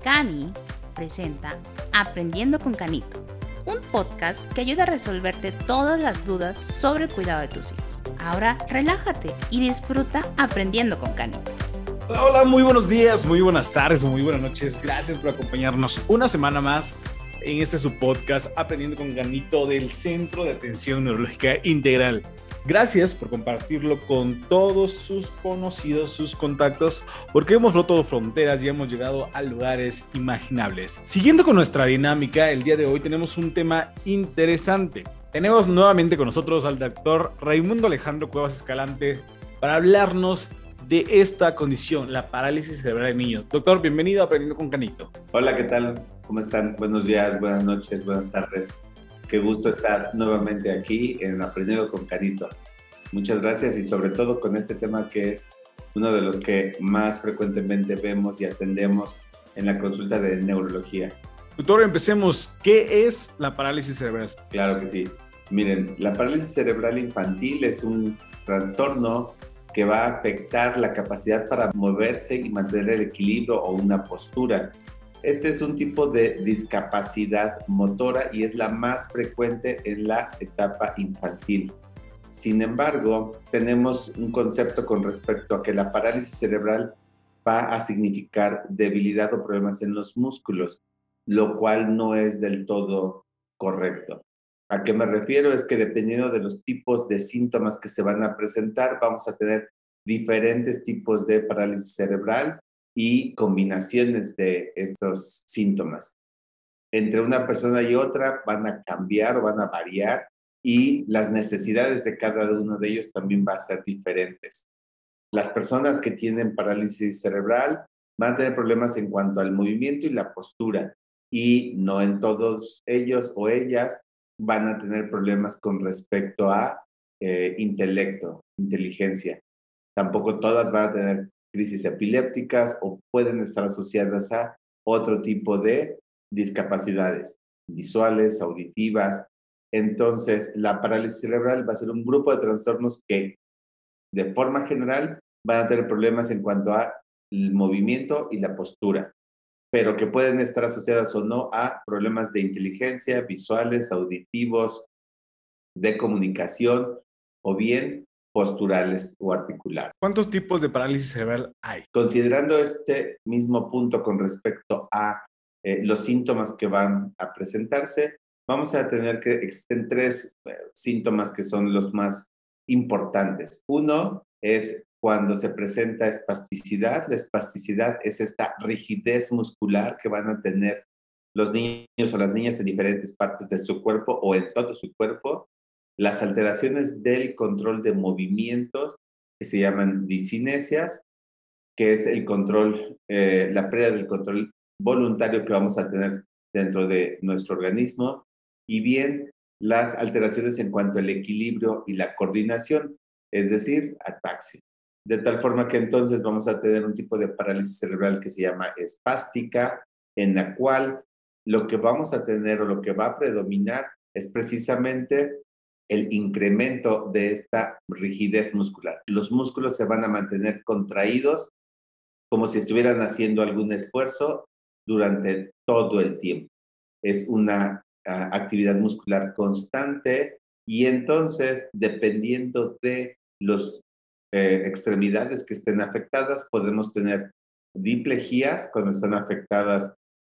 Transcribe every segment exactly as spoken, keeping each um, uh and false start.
Cani presenta Aprendiendo con Canito, un podcast que ayuda a resolverte todas las dudas sobre el cuidado de tus hijos. Ahora relájate y disfruta aprendiendo con Canito. Hola, hola, muy buenos días, muy buenas tardes, muy buenas noches. Gracias por acompañarnos una semana más en este su podcast Aprendiendo con Canito del Centro de Atención Neurológica Integral. Gracias por compartirlo con todos sus conocidos, sus contactos, porque hemos roto fronteras y hemos llegado a lugares imaginables. Siguiendo con nuestra dinámica, el día de hoy tenemos un tema interesante. Tenemos nuevamente con nosotros al doctor Raimundo Alejandro Cuevas Escalante para hablarnos de esta condición, la parálisis cerebral en niños. Doctor, bienvenido a Aprendiendo con Canito. Hola, ¿qué tal? ¿Cómo están? Buenos días, buenas noches, buenas tardes. Qué gusto estar nuevamente aquí en Aprendiendo con Canito. Muchas gracias y sobre todo con este tema que es uno de los que más frecuentemente vemos y atendemos en la consulta de neurología. Doctor, empecemos. ¿Qué es la parálisis cerebral? Claro que sí. Miren, la parálisis cerebral infantil es un trastorno que va a afectar la capacidad para moverse y mantener el equilibrio o una postura. Este es un tipo de discapacidad motora y es la más frecuente en la etapa infantil. Sin embargo, tenemos un concepto con respecto a que la parálisis cerebral va a significar debilidad o problemas en los músculos, lo cual no es del todo correcto. ¿A qué me refiero? Es que dependiendo de los tipos de síntomas que se van a presentar, vamos a tener diferentes tipos de parálisis cerebral y combinaciones de estos síntomas. Entre una persona y otra van a cambiar o van a variar y las necesidades de cada uno de ellos también van a ser diferentes. Las personas que tienen parálisis cerebral van a tener problemas en cuanto al movimiento y la postura y no en todos ellos o ellas van a tener problemas con respecto a eh, intelecto, inteligencia. Tampoco todas van a tener crisis epilépticas o pueden estar asociadas a otro tipo de discapacidades visuales, auditivas. Entonces, la parálisis cerebral va a ser un grupo de trastornos que, de forma general, van a tener problemas en cuanto a el movimiento y la postura, pero que pueden estar asociadas o no a problemas de inteligencia, visuales, auditivos, de comunicación o bien posturales o articulares. ¿Cuántos tipos de parálisis cerebral hay? Considerando este mismo punto con respecto a eh, los síntomas que van a presentarse, vamos a tener que existen tres eh, síntomas que son los más importantes. Uno es cuando se presenta espasticidad. La espasticidad es esta rigidez muscular que van a tener los niños o las niñas en diferentes partes de su cuerpo o en todo su cuerpo. Las alteraciones del control de movimientos, que se llaman discinesias, que es el control, eh, la pérdida del control voluntario que vamos a tener dentro de nuestro organismo, y bien las alteraciones en cuanto al equilibrio y la coordinación, es decir, ataxia. De tal forma que entonces vamos a tener un tipo de parálisis cerebral que se llama espástica, en la cual lo que vamos a tener o lo que va a predominar es precisamente el incremento de esta rigidez muscular. Los músculos se van a mantener contraídos como si estuvieran haciendo algún esfuerzo durante todo el tiempo. Es una uh, actividad muscular constante y entonces, dependiendo de las eh, extremidades que estén afectadas, podemos tener diplejías cuando están afectadas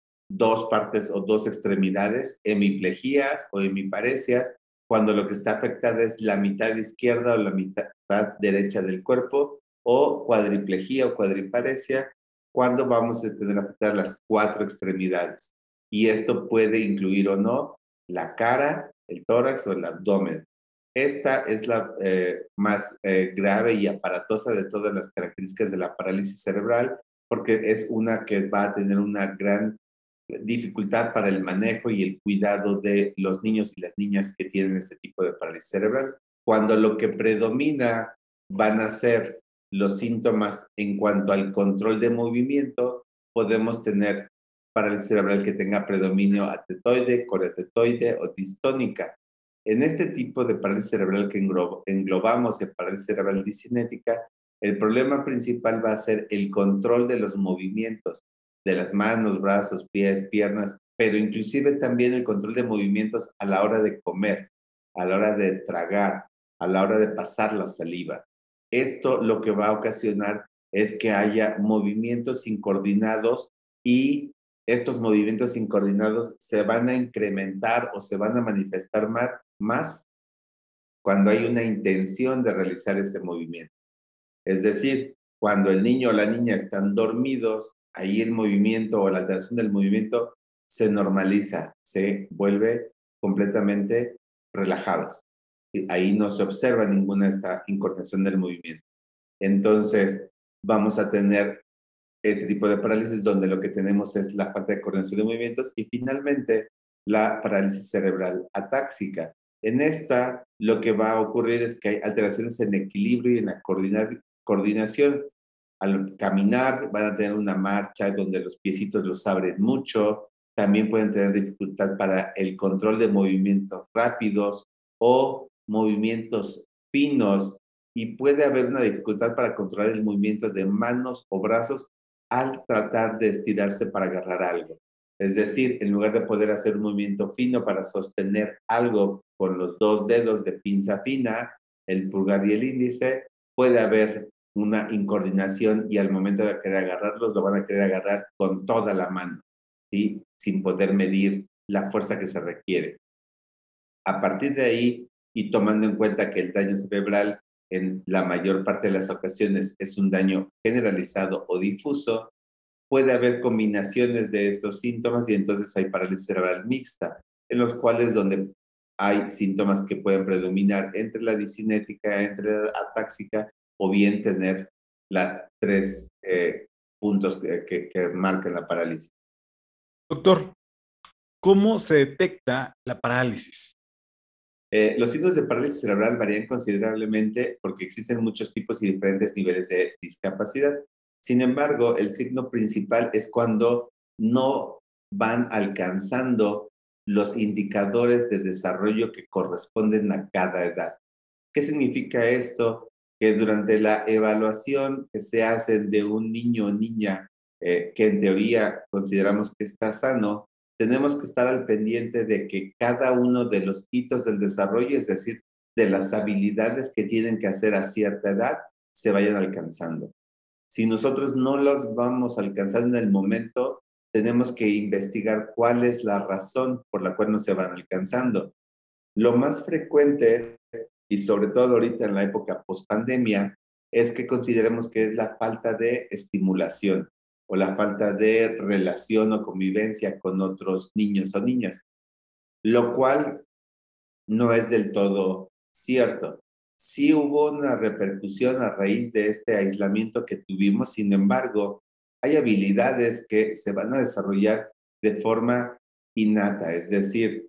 dos partes o dos extremidades, hemiplejías o hemiparesias, cuando lo que está afectada es la mitad izquierda o la mitad derecha del cuerpo, o cuadriplejía o cuadriparesia, cuando vamos a tener afectadas las cuatro extremidades. Y esto puede incluir o no la cara, el tórax o el abdomen. Esta es la eh, más eh, grave y aparatosa de todas las características de la parálisis cerebral, porque es una que va a tener una gran dificultad para el manejo y el cuidado de los niños y las niñas que tienen este tipo de parálisis cerebral. Cuando lo que predomina van a ser los síntomas en cuanto al control de movimiento, podemos tener parálisis cerebral que tenga predominio atetoide, coretetoide o distónica. En este tipo de parálisis cerebral que englobamos en parálisis cerebral discinética, el problema principal va a ser el control de los movimientos, de las manos, brazos, pies, piernas, pero inclusive también el control de movimientos a la hora de comer, a la hora de tragar, a la hora de pasar la saliva. Esto lo que va a ocasionar es que haya movimientos incoordinados y estos movimientos incoordinados se van a incrementar o se van a manifestar más, más cuando hay una intención de realizar este movimiento. Es decir, cuando el niño o la niña están dormidos, ahí el movimiento o la alteración del movimiento se normaliza, se vuelve completamente relajados. Ahí no se observa ninguna esta incoordinación del movimiento. Entonces, vamos a tener ese tipo de parálisis donde lo que tenemos es la falta de coordinación de movimientos y finalmente la parálisis cerebral atáxica. En esta, lo que va a ocurrir es que hay alteraciones en equilibrio y en la coordinación. Al caminar van a tener una marcha donde los piecitos los abren mucho, también pueden tener dificultad para el control de movimientos rápidos o movimientos finos y puede haber una dificultad para controlar el movimiento de manos o brazos al tratar de estirarse para agarrar algo. Es decir, en lugar de poder hacer un movimiento fino para sostener algo con los dos dedos de pinza fina, el pulgar y el índice, puede haber una incoordinación y al momento de querer agarrarlos, lo van a querer agarrar con toda la mano, ¿sí? Sin poder medir la fuerza que se requiere. A partir de ahí, y tomando en cuenta que el daño cerebral en la mayor parte de las ocasiones es un daño generalizado o difuso, puede haber combinaciones de estos síntomas y entonces hay parálisis cerebral mixta, en los cuales donde hay síntomas que pueden predominar entre la discinética, entre la atáxica o bien tener las tres eh, puntos que, que, que marcan la parálisis. Doctor, ¿cómo se detecta la parálisis? Eh, los signos de parálisis cerebral varían considerablemente porque existen muchos tipos y diferentes niveles de discapacidad. Sin embargo, el signo principal es cuando no van alcanzando los indicadores de desarrollo que corresponden a cada edad. ¿Qué significa esto? Que durante la evaluación que se hace de un niño o niña eh, que en teoría consideramos que está sano, tenemos que estar al pendiente de que cada uno de los hitos del desarrollo, es decir, de las habilidades que tienen que hacer a cierta edad, se vayan alcanzando. Si nosotros no los vamos alcanzando en el momento, tenemos que investigar cuál es la razón por la cual no se van alcanzando. Lo más frecuente, y sobre todo ahorita en la época post-pandemia, es que consideremos que es la falta de estimulación o la falta de relación o convivencia con otros niños o niñas, lo cual no es del todo cierto. Sí hubo una repercusión a raíz de este aislamiento que tuvimos, sin embargo, hay habilidades que se van a desarrollar de forma innata, es decir,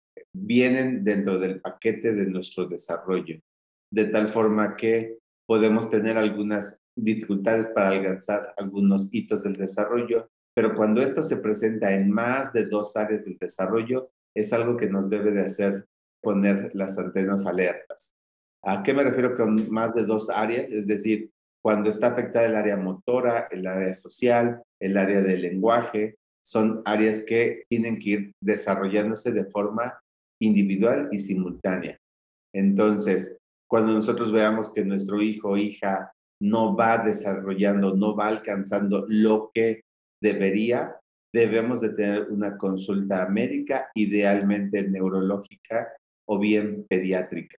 vienen dentro del paquete de nuestro desarrollo, de tal forma que podemos tener algunas dificultades para alcanzar algunos hitos del desarrollo, pero cuando esto se presenta en más de dos áreas del desarrollo, es algo que nos debe de hacer poner las antenas alertas. ¿A qué me refiero con más de dos áreas? Es decir, cuando está afectada el área motora, el área social, el área del lenguaje, son áreas que tienen que ir desarrollándose de forma individual y simultánea. Entonces, cuando nosotros veamos que nuestro hijo o hija no va desarrollando, no va alcanzando lo que debería, debemos de tener una consulta médica, idealmente neurológica o bien pediátrica.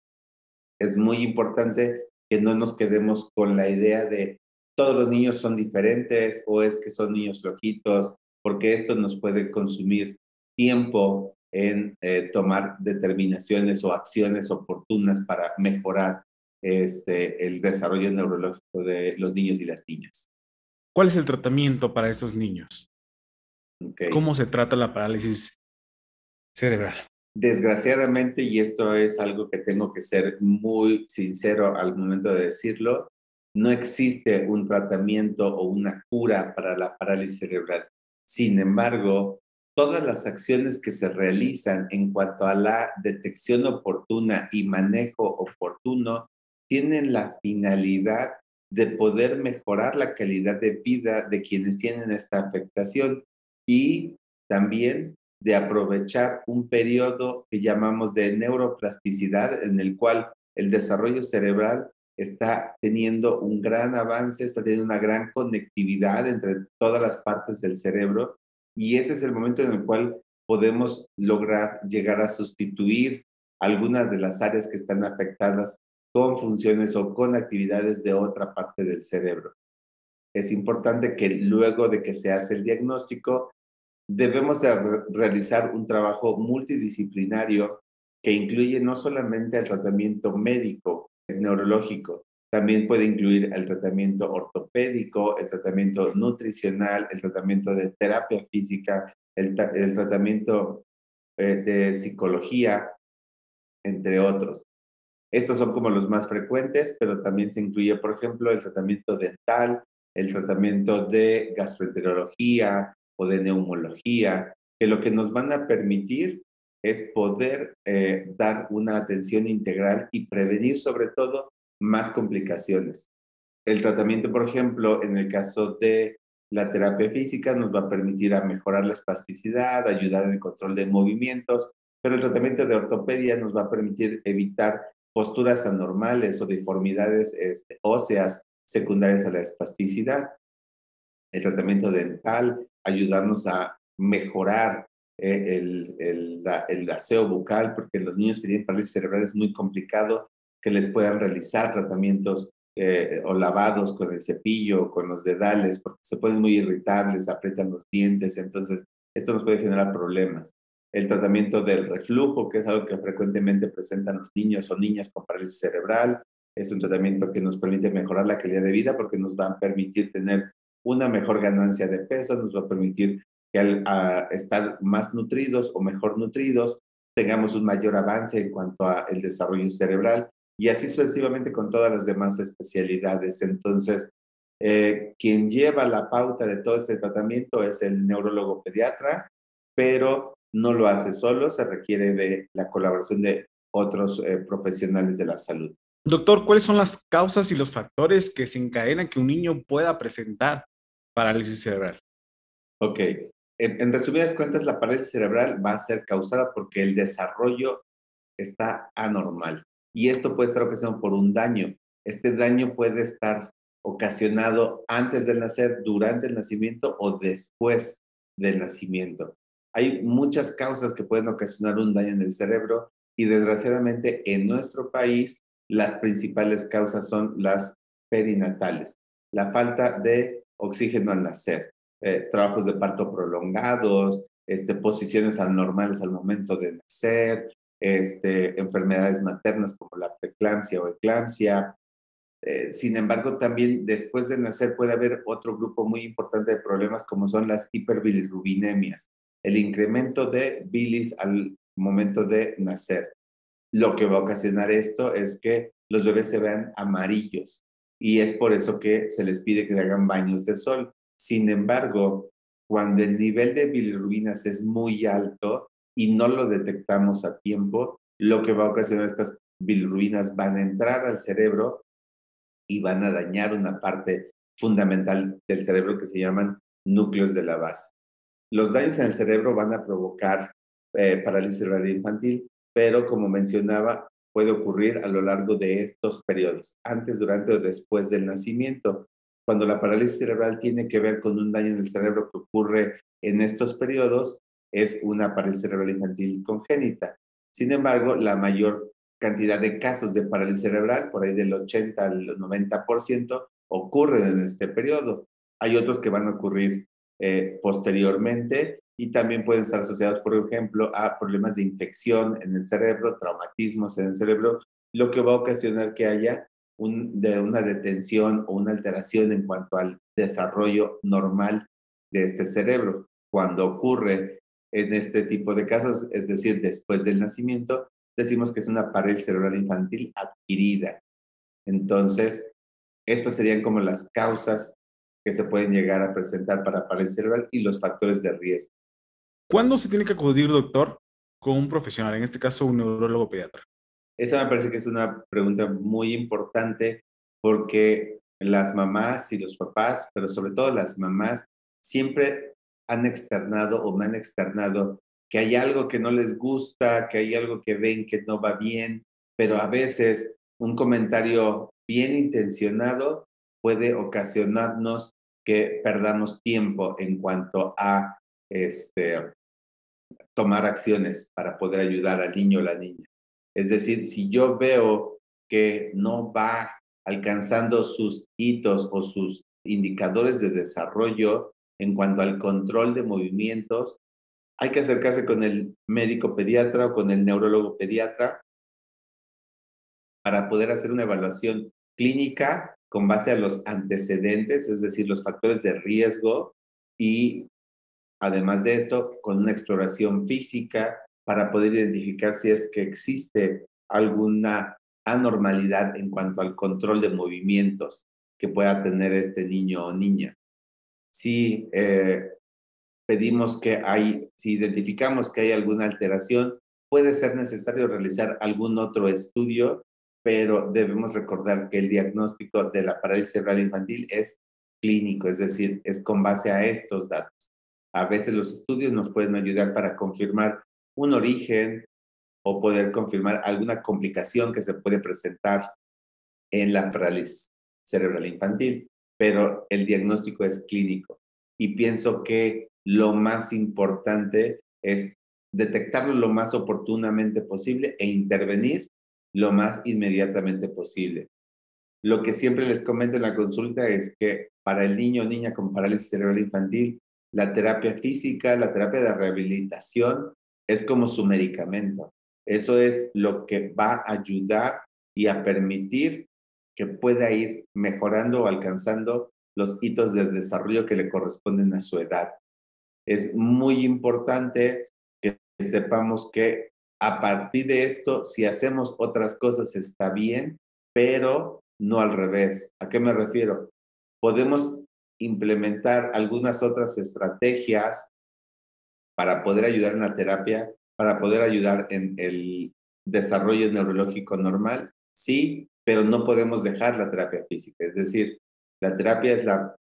Es muy importante que no nos quedemos con la idea de todos los niños son diferentes o es que son niños flojitos, porque esto nos puede consumir tiempo en eh, tomar determinaciones o acciones oportunas para mejorar este, el desarrollo neurológico de los niños y las niñas. ¿Cuál es el tratamiento para estos niños? Okay. ¿Cómo se trata la parálisis cerebral? Desgraciadamente, y esto es algo que tengo que ser muy sincero al momento de decirlo, no existe un tratamiento o una cura para la parálisis cerebral. Sin embargo, todas las acciones que se realizan en cuanto a la detección oportuna y manejo oportuno tienen la finalidad de poder mejorar la calidad de vida de quienes tienen esta afectación y también de aprovechar un periodo que llamamos de neuroplasticidad, en el cual el desarrollo cerebral está teniendo un gran avance, está teniendo una gran conectividad entre todas las partes del cerebro, y ese es el momento en el cual podemos lograr llegar a sustituir algunas de las áreas que están afectadas con funciones o con actividades de otra parte del cerebro. Es importante que luego de que se hace el diagnóstico, debemos de re realizar un trabajo multidisciplinario que incluye no solamente el tratamiento médico, neurológico, también puede incluir el tratamiento ortopédico, el tratamiento nutricional, el tratamiento de terapia física, el, el tratamiento eh, de psicología, entre otros. Estos son como los más frecuentes, pero también se incluye, por ejemplo, el tratamiento dental, el tratamiento de gastroenterología o de neumología, que lo que nos van a permitir es poder eh, dar una atención integral y prevenir sobre todo más complicaciones. El tratamiento, por ejemplo, en el caso de la terapia física, nos va a permitir a mejorar la espasticidad, ayudar en el control de movimientos, pero el tratamiento de ortopedia nos va a permitir evitar posturas anormales o deformidades este, óseas secundarias a la espasticidad. El tratamiento dental, ayudarnos a mejorar eh, el, el, la, el aseo bucal, porque los niños que tienen parálisis cerebral es muy complicado que les puedan realizar tratamientos eh, o lavados con el cepillo, con los dedales, porque se ponen muy irritables, aprietan los dientes, entonces esto nos puede generar problemas. El tratamiento del reflujo, que es algo que frecuentemente presentan los niños o niñas con parálisis cerebral, es un tratamiento que nos permite mejorar la calidad de vida porque nos va a permitir tener una mejor ganancia de peso, nos va a permitir que al a estar más nutridos o mejor nutridos, tengamos un mayor avance en cuanto al desarrollo cerebral y así sucesivamente con todas las demás especialidades. Entonces, eh, quien lleva la pauta de todo este tratamiento es el neurólogo pediatra, pero no lo hace solo, se requiere de la colaboración de otros eh, profesionales de la salud. Doctor, ¿cuáles son las causas y los factores que desencadenan que un niño pueda presentar parálisis cerebral? Ok, en, en resumidas cuentas, la parálisis cerebral va a ser causada porque el desarrollo está anormal y esto puede estar ocasionado por un daño. Este daño puede estar ocasionado antes del nacer, durante el nacimiento o después del nacimiento. Hay muchas causas que pueden ocasionar un daño en el cerebro y desgraciadamente en nuestro país las principales causas son las perinatales, la falta de oxígeno al nacer, eh, trabajos de parto prolongados, este, posiciones anormales al momento de nacer, este, enfermedades maternas como la preeclampsia o eclampsia. Eh, sin embargo, también después de nacer puede haber otro grupo muy importante de problemas como son las hiperbilirrubinemias, el incremento de bilis al momento de nacer. Lo que va a ocasionar esto es que los bebés se vean amarillos y es por eso que se les pide que hagan baños de sol. Sin embargo, cuando el nivel de bilirrubinas es muy alto y no lo detectamos a tiempo, lo que va a ocasionar estas bilirrubinas van a entrar al cerebro y van a dañar una parte fundamental del cerebro que se llaman núcleos de la base. Los daños en el cerebro van a provocar eh, parálisis cerebral infantil, pero como mencionaba, puede ocurrir a lo largo de estos periodos, antes, durante o después del nacimiento. Cuando la parálisis cerebral tiene que ver con un daño en el cerebro que ocurre en estos periodos, es una parálisis cerebral infantil congénita. Sin embargo, la mayor cantidad de casos de parálisis cerebral, por ahí del ochenta al noventa por ciento, ocurren en este periodo. Hay otros que van a ocurrir eh, posteriormente y también pueden estar asociados, por ejemplo, a problemas de infección en el cerebro, traumatismos en el cerebro, lo que va a ocasionar que haya un, de una detención o una alteración en cuanto al desarrollo normal de este cerebro. Cuando ocurre en este tipo de casos, es decir, después del nacimiento, decimos que es una parálisis cerebral infantil adquirida. Entonces, estas serían como las causas que se pueden llegar a presentar para parálisis cerebral y los factores de riesgo. ¿Cuándo se tiene que acudir, doctor, con un profesional, en este caso un neurólogo pediatra? Esa me parece que es una pregunta muy importante porque las mamás y los papás, pero sobre todo las mamás, siempre han externado o me han externado que hay algo que no les gusta, que hay algo que ven que no va bien, pero a veces un comentario bien intencionado puede ocasionarnos que perdamos tiempo en cuanto a este, tomar acciones para poder ayudar al niño o la niña. Es decir, si yo veo que no va alcanzando sus hitos o sus indicadores de desarrollo en cuanto al control de movimientos, hay que acercarse con el médico pediatra o con el neurólogo pediatra para poder hacer una evaluación clínica con base a los antecedentes, es decir, los factores de riesgo, y además de esto, con una exploración física para poder identificar si es que existe alguna anormalidad en cuanto al control de movimientos que pueda tener este niño o niña. Si eh, pedimos que hay, si identificamos que hay alguna alteración, puede ser necesario realizar algún otro estudio, pero debemos recordar que el diagnóstico de la parálisis cerebral infantil es clínico, es decir, es con base a estos datos. A veces los estudios nos pueden ayudar para confirmar un origen o poder confirmar alguna complicación que se puede presentar en la parálisis cerebral infantil, pero el diagnóstico es clínico. Y pienso que lo más importante es detectarlo lo más oportunamente posible e intervenir lo más inmediatamente posible. Lo que siempre les comento en la consulta es que para el niño o niña con parálisis cerebral infantil, la terapia física, la terapia de rehabilitación es como su medicamento. Eso es lo que va a ayudar y a permitir que pueda ir mejorando o alcanzando los hitos de desarrollo que le corresponden a su edad. Es muy importante que sepamos que a partir de esto, si hacemos otras cosas está bien, pero no al revés. ¿A qué me refiero? Podemos implementar algunas otras estrategias para poder ayudar en la terapia, para poder ayudar en el desarrollo neurológico normal, sí, pero no podemos dejar la terapia física. Es decir, la terapia es la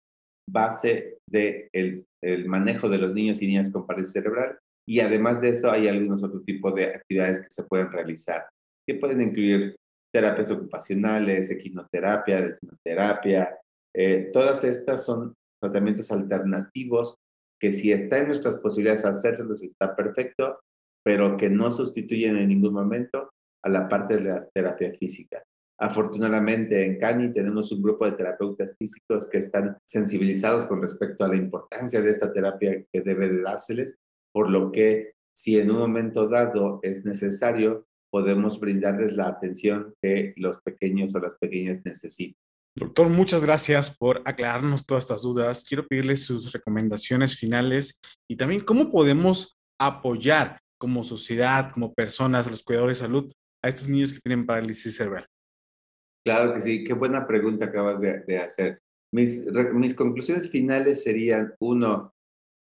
base del de el manejo de los niños y niñas con parálisis cerebral, y además de eso hay algunos otros tipos de actividades que se pueden realizar, que pueden incluir terapias ocupacionales, equinoterapia, delfinoterapia. Eh, todas estas son tratamientos alternativos que si está en nuestras posibilidades hacerlos está perfecto, pero que no sustituyen en ningún momento a la parte de la terapia física. Afortunadamente en CANI tenemos un grupo de terapeutas físicos que están sensibilizados con respecto a la importancia de esta terapia que debe de dárseles, por lo que si en un momento dado es necesario, podemos brindarles la atención que los pequeños o las pequeñas necesitan. Doctor, muchas gracias por aclararnos todas estas dudas. Quiero pedirle sus recomendaciones finales y también cómo podemos apoyar como sociedad, como personas, los cuidadores de salud, a estos niños que tienen parálisis cerebral. Claro que sí, qué buena pregunta acabas de, de hacer. Mis, mis conclusiones finales serían, uno,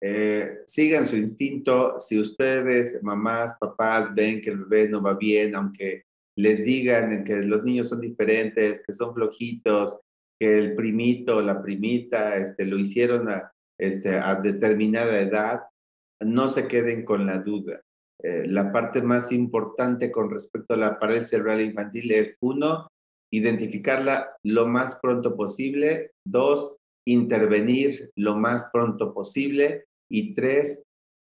eh, sigan su instinto. Si ustedes, mamás, papás, ven que el bebé no va bien, aunque les digan que los niños son diferentes, que son flojitos, que el primito o la primita este, lo hicieron a, este, a determinada edad, no se queden con la duda. Eh, la parte más importante con respecto a la parálisis cerebral infantil es, uno, identificarla lo más pronto posible, dos, intervenir lo más pronto posible, y tres,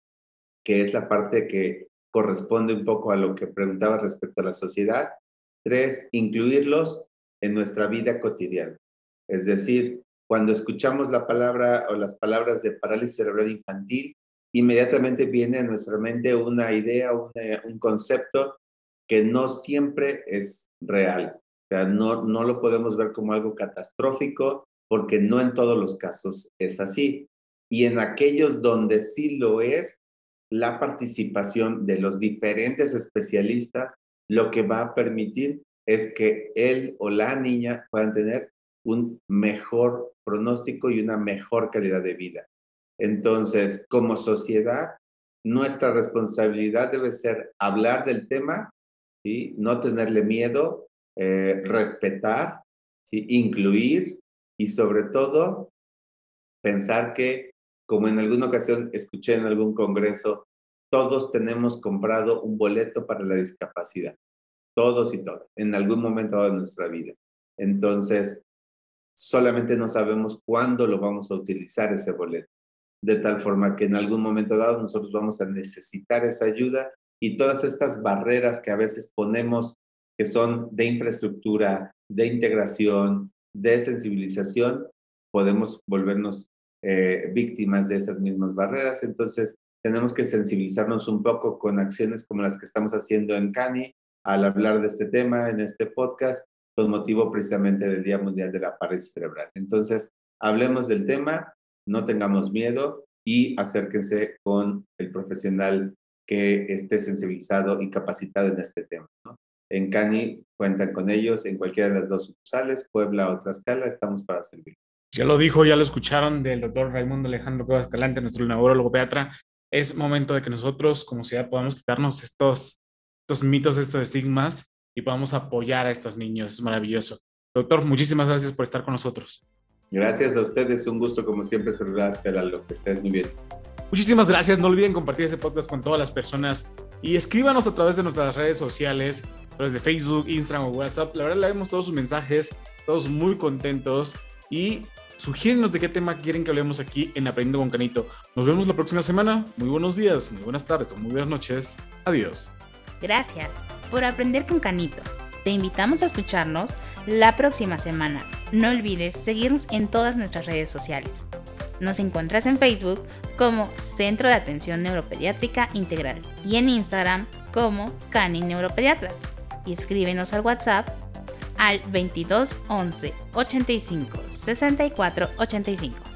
que es la parte que corresponde un poco a lo que preguntaba respecto a la sociedad, tres, incluirlos en nuestra vida cotidiana. Es decir, cuando escuchamos la palabra o las palabras de parálisis cerebral infantil, inmediatamente viene a nuestra mente una idea, una, un concepto que no siempre es real. O sea, no, no lo podemos ver como algo catastrófico porque no en todos los casos es así. Y en aquellos donde sí lo es, la participación de los diferentes especialistas lo que va a permitir es que él o la niña puedan tener un mejor pronóstico y una mejor calidad de vida. Entonces, como sociedad, nuestra responsabilidad debe ser hablar del tema, ¿sí? No tenerle miedo, eh, respetar, ¿sí? Incluir y sobre todo pensar que, como en alguna ocasión escuché en algún congreso, todos tenemos comprado un boleto para la discapacidad, todos y todas, en algún momento de nuestra vida. Entonces, solamente no sabemos cuándo lo vamos a utilizar ese boleto, de tal forma que en algún momento dado nosotros vamos a necesitar esa ayuda y todas estas barreras que a veces ponemos, que son de infraestructura, de integración, de sensibilización, podemos volvernos eh, víctimas de esas mismas barreras. Entonces, tenemos que sensibilizarnos un poco con acciones como las que estamos haciendo en CANI al hablar de este tema en este podcast, con motivo precisamente del Día Mundial de la Parálisis Cerebral. Entonces, hablemos del tema, no tengamos miedo y acérquense con el profesional que esté sensibilizado y capacitado en este tema, ¿no? En CANI cuentan con ellos en cualquiera de las dos sucursales, Puebla o Tlaxcala, estamos para servir. Ya lo dijo, ya lo escucharon del doctor Raimundo Alejandro Cuevas Escalante, nuestro neurólogo pediatra. Es momento de que nosotros como ciudad podamos quitarnos estos, estos mitos, estos estigmas y podamos apoyar a estos niños. Es maravilloso. Doctor, muchísimas gracias por estar con nosotros. Gracias a ustedes, un gusto como siempre saludarte, Lalo, que estés muy bien. Muchísimas gracias, no olviden compartir este podcast con todas las personas y escríbanos a través de nuestras redes sociales, a través de Facebook, Instagram o WhatsApp. La verdad, leemos todos sus mensajes, todos muy contentos y sugírenos de qué tema quieren que hablemos aquí en Aprendiendo con Canito. Nos vemos la próxima semana. Muy buenos días, muy buenas tardes o muy buenas noches. Adiós. Gracias por aprender con Canito. Te invitamos a escucharnos la próxima semana. No olvides seguirnos en todas nuestras redes sociales. Nos encuentras en Facebook como Centro de Atención Neuropediátrica Integral y en Instagram como Cani Neuropediatra. Y escríbenos al WhatsApp al veintidós once ochenta y cinco sesenta y cuatro ochenta y cinco.